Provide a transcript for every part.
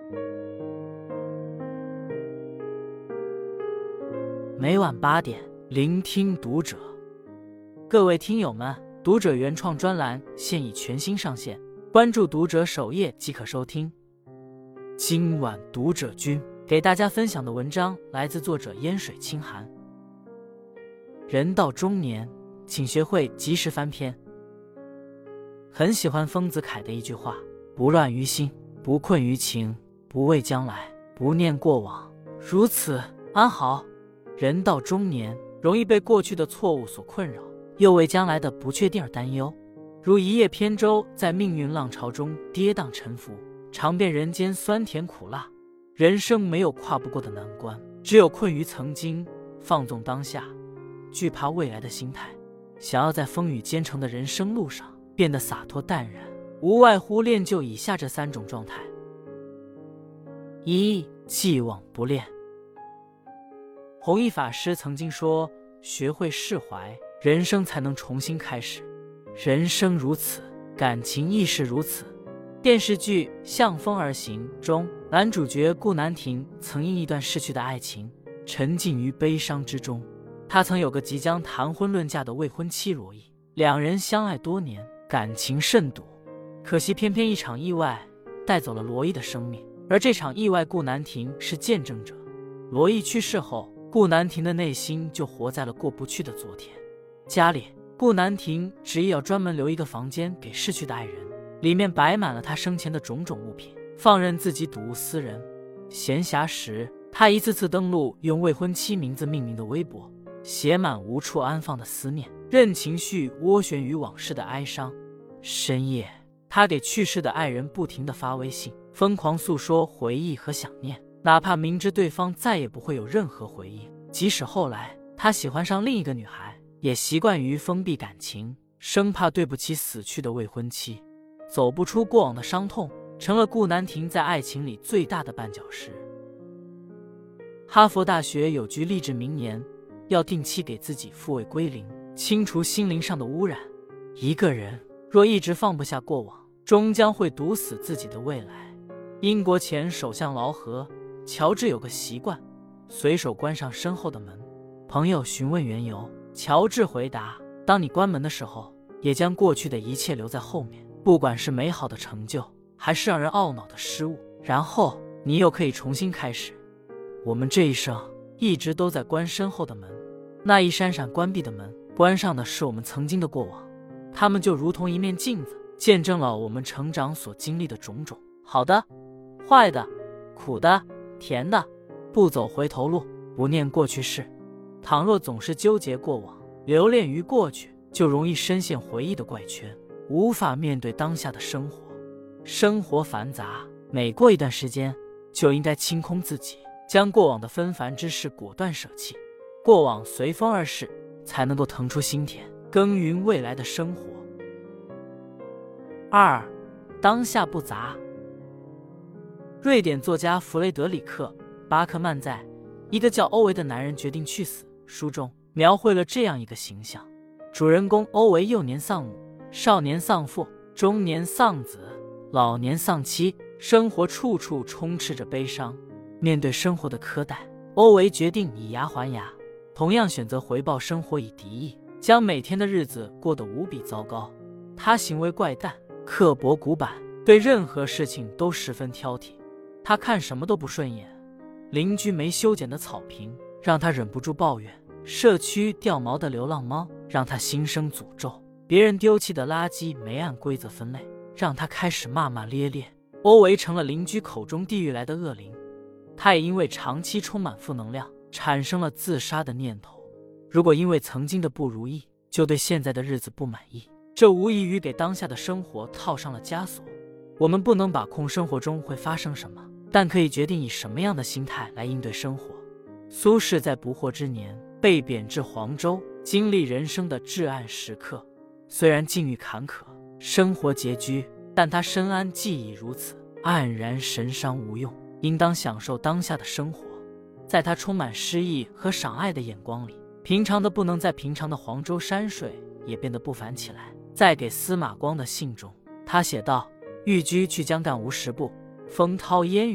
每晚8点，聆听读者。各位听友们，读者原创专栏现已全新上线，关注读者首页即可收听。今晚读者君给大家分享的文章来自作者烟水清寒。人到中年，请学会及时翻篇。很喜欢丰子恺的一句话：不乱于心，不困于情，不畏将来，不念过往，如此安好。人到中年，容易被过去的错误所困扰，又为将来的不确定而担忧，如一叶扁舟在命运浪潮中跌宕沉浮，尝遍人间酸甜苦辣。人生没有跨不过的难关，只有困于曾经，放纵当下，惧怕未来的心态。想要在风雨兼程的人生路上变得洒脱淡然，无外乎练就以下这3种状态。1. 既往不恋。弘一法师曾经说，学会释怀，人生才能重新开始。人生如此，感情亦是如此。电视剧《向风而行》中，男主角顾南亭曾因一段逝去的爱情沉浸于悲伤之中。他曾有个即将谈婚论嫁的未婚妻罗毅，两人相爱多年，感情甚笃。可惜偏偏一场意外带走了罗毅的生命，而这场意外顾南亭是见证者。罗毅去世后，顾南亭的内心就活在了过不去的昨天。家里，顾南亭执意要专门留一个房间给逝去的爱人，里面摆满了他生前的种种物品，放任自己睹物思人。闲暇时，他一次次登录用未婚妻名字命名的微博，写满无处安放的思念，任情绪涡旋于往事的哀伤。深夜，他给去世的爱人不停地发微信，疯狂诉说回忆和想念，哪怕明知对方再也不会有任何回应。即使后来他喜欢上另一个女孩，也习惯于封闭感情，生怕对不起死去的未婚妻。走不出过往的伤痛，成了顾南亭在爱情里最大的绊脚石。哈佛大学有句励志名言，要定期给自己复位归零，清除心灵上的污染。一个人若一直放不下过往，终将会堵死自己的未来。英国前首相劳合，乔治有个习惯，随手关上身后的门。朋友询问缘由，乔治回答：当你关门的时候，也将过去的一切留在后面，不管是美好的成就，还是让人懊恼的失误，然后你又可以重新开始。我们这一生一直都在关身后的门，那一扇扇关闭的门，关上的是我们曾经的过往，它们就如同一面镜子，见证了我们成长所经历的种种，好的、坏的、苦的、甜的。不走回头路，不念过去事。倘若总是纠结过往，留恋于过去，就容易深陷回忆的怪圈，无法面对当下的生活。生活繁杂，每过一段时间就应该清空自己，将过往的纷繁之事果断舍弃。过往随风而逝，才能够腾出心田，耕耘未来的生活。2. 当下不杂。瑞典作家弗雷德里克·巴克曼在《一个叫欧维的男人决定去死》书中描绘了这样一个形象：主人公欧维幼年丧母，少年丧父，中年丧子，老年丧妻，生活处处充斥着悲伤。面对生活的苛待，欧维决定以牙还牙，同样选择回报生活以敌意，将每天的日子过得无比糟糕。他行为怪诞，刻薄古板，对任何事情都十分挑剔。他看什么都不顺眼，邻居没修剪的草坪让他忍不住抱怨，社区掉毛的流浪猫让他心生诅咒，别人丢弃的垃圾没按规则分类，让他开始骂骂咧咧。欧维成了邻居口中地狱来的恶灵。他也因为长期充满负能量，产生了自杀的念头。如果因为曾经的不如意，就对现在的日子不满意，这无异于给当下的生活套上了枷锁。我们不能把控生活中会发生什么，但可以决定以什么样的心态来应对生活。苏轼在不惑之年被贬至黄州，经历人生的至暗时刻。虽然境遇坎坷，生活拮据，但他深谙既已如此，黯然神伤无用，应当享受当下的生活。在他充满诗意和赏爱的眼光里，平常的不能再平常的黄州山水也变得不凡起来。在给司马光的信中，他写道：寓居去江干无10步，风涛烟雨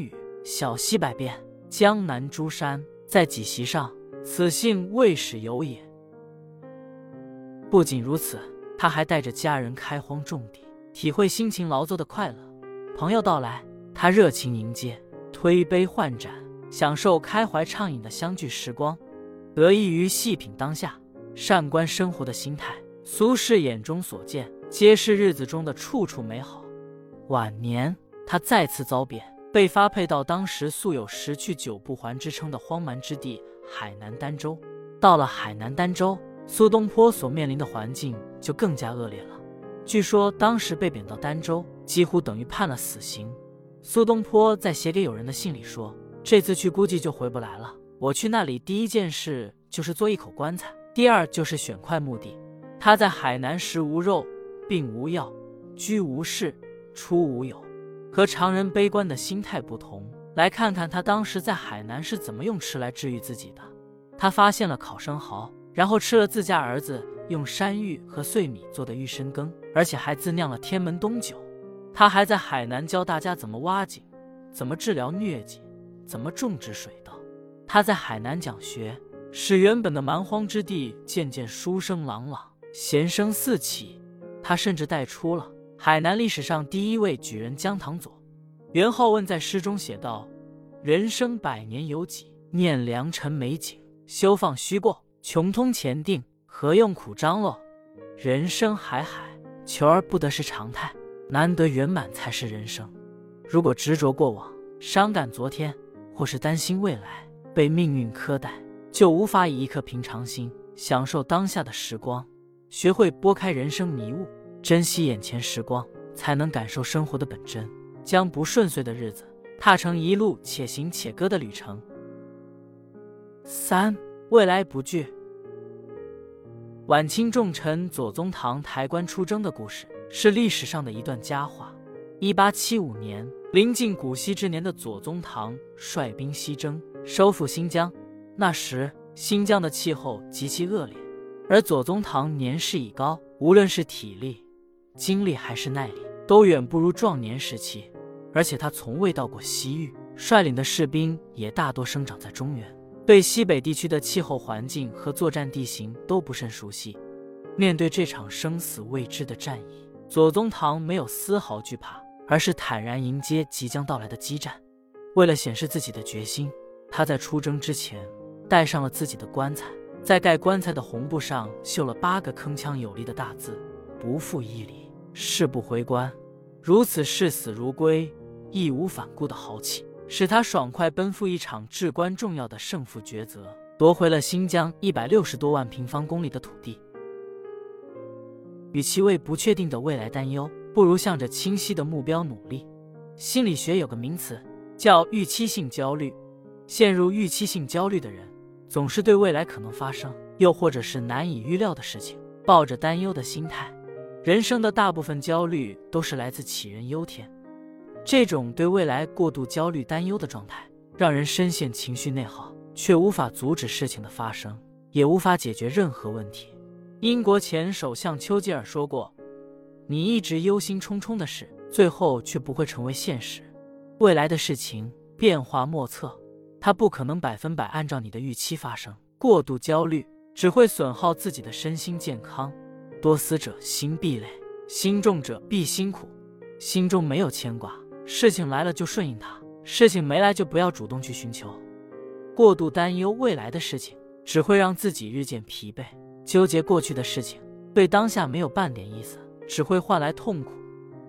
小溪百遍，江南诸山，在几席上，此幸未始有也。不仅如此，他还带着家人开荒种地，体会辛勤劳作的快乐。朋友到来，他热情迎接，推杯换盏，享受开怀畅饮的相聚时光，得益于细品当下、善观生活的心态。苏轼眼中所见，皆是日子中的处处美好。晚年，他再次遭贬，被发配到当时素有十去九不还之称的荒蛮之地海南儋州。到了海南儋州，苏东坡所面临的环境就更加恶劣了。据说当时被贬到儋州，几乎等于判了死刑。苏东坡在写给友人的信里说，这次去估计就回不来了。我去那里第一件事就是做一口棺材，第二就是选块墓地。他在海南食无肉，病无药，居无室，出无友，和常人悲观的心态不同。来看看他当时在海南是怎么用吃来治愈自己的。他发现了烤生蚝，然后吃了自家儿子用山芋和碎米做的玉参羹，而且还自酿了天门冬酒。他还在海南教大家怎么挖井，怎么治疗疟疾，怎么种植水稻。他在海南讲学，使原本的蛮荒之地渐渐书声朗朗，贤声四起。他甚至带出了海南历史上第一位举人姜唐佐。元好问在诗中写道：人生百年有几，念良辰美景，休放虚过，穷通前定，何用苦张罗。人生海海，求而不得是常态，难得圆满才是人生。如果执着过往，伤感昨天，或是担心未来，被命运苛待，就无法以一颗平常心享受当下的时光。学会拨开人生迷雾，珍惜眼前时光，才能感受生活的本真，将不顺遂的日子踏成一路且行且歌的旅程。3. 未来不惧。晚清重臣左宗棠抬棺出征的故事是历史上的一段佳话。1875年，临近古稀之年的左宗棠率兵西征，收复新疆。那时新疆的气候极其恶劣，而左宗棠年事已高，无论是体力、精力还是耐力，都远不如壮年时期。而且他从未到过西域，率领的士兵也大多生长在中原，对西北地区的气候环境和作战地形都不甚熟悉。面对这场生死未知的战役，左宗棠没有丝毫惧怕，而是坦然迎接即将到来的激战。为了显示自己的决心，他在出征之前带上了自己的棺材，在盖棺材的红布上绣了8个铿锵有力的大字：不负一礼，誓不回棺。如此视死如归、义无反顾的豪气，使他爽快奔赴一场至关重要的胜负抉择，夺回了新疆160多万平方公里的土地。与其为不确定的未来担忧，不如向着清晰的目标努力。心理学有个名词叫预期性焦虑，陷入预期性焦虑的人，总是对未来可能发生，又或者是难以预料的事情，抱着担忧的心态。人生的大部分焦虑都是来自杞人忧天。这种对未来过度焦虑担忧的状态，让人深陷情绪内耗，却无法阻止事情的发生，也无法解决任何问题。英国前首相丘吉尔说过，你一直忧心忡忡的事，最后却不会成为现实。未来的事情变化莫测，它不可能100%按照你的预期发生。过度焦虑只会损耗自己的身心健康。多思者心必累，心重者必辛苦。心中没有牵挂，事情来了就顺应它，事情没来就不要主动去寻求。过度担忧未来的事情，只会让自己日渐疲惫。纠结过去的事情，对当下没有半点意思，只会换来痛苦。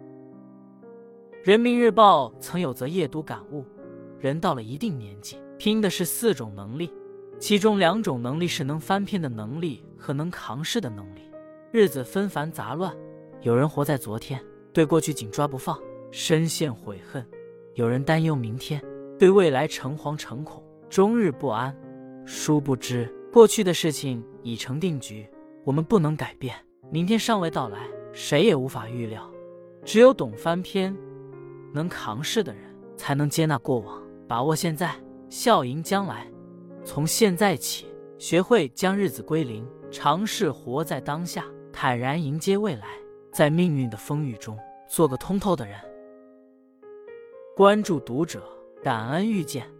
人民日报曾有则夜读感悟，人到了一定年纪，拼的是4种能力，其中2种能力是能翻篇的能力和能扛事的能力。日子纷繁杂乱，有人活在昨天，对过去紧抓不放，深陷悔恨；有人担忧明天，对未来诚惶诚恐，终日不安。殊不知，过去的事情已成定局，我们不能改变，明天尚未到来，谁也无法预料。只有懂翻篇、能扛事的人，才能接纳过往，把握现在，笑迎将来。从现在起，学会将日子归零，尝试活在当下，坦然迎接未来，在命运的风雨中做个通透的人。关注读者， 感恩遇见。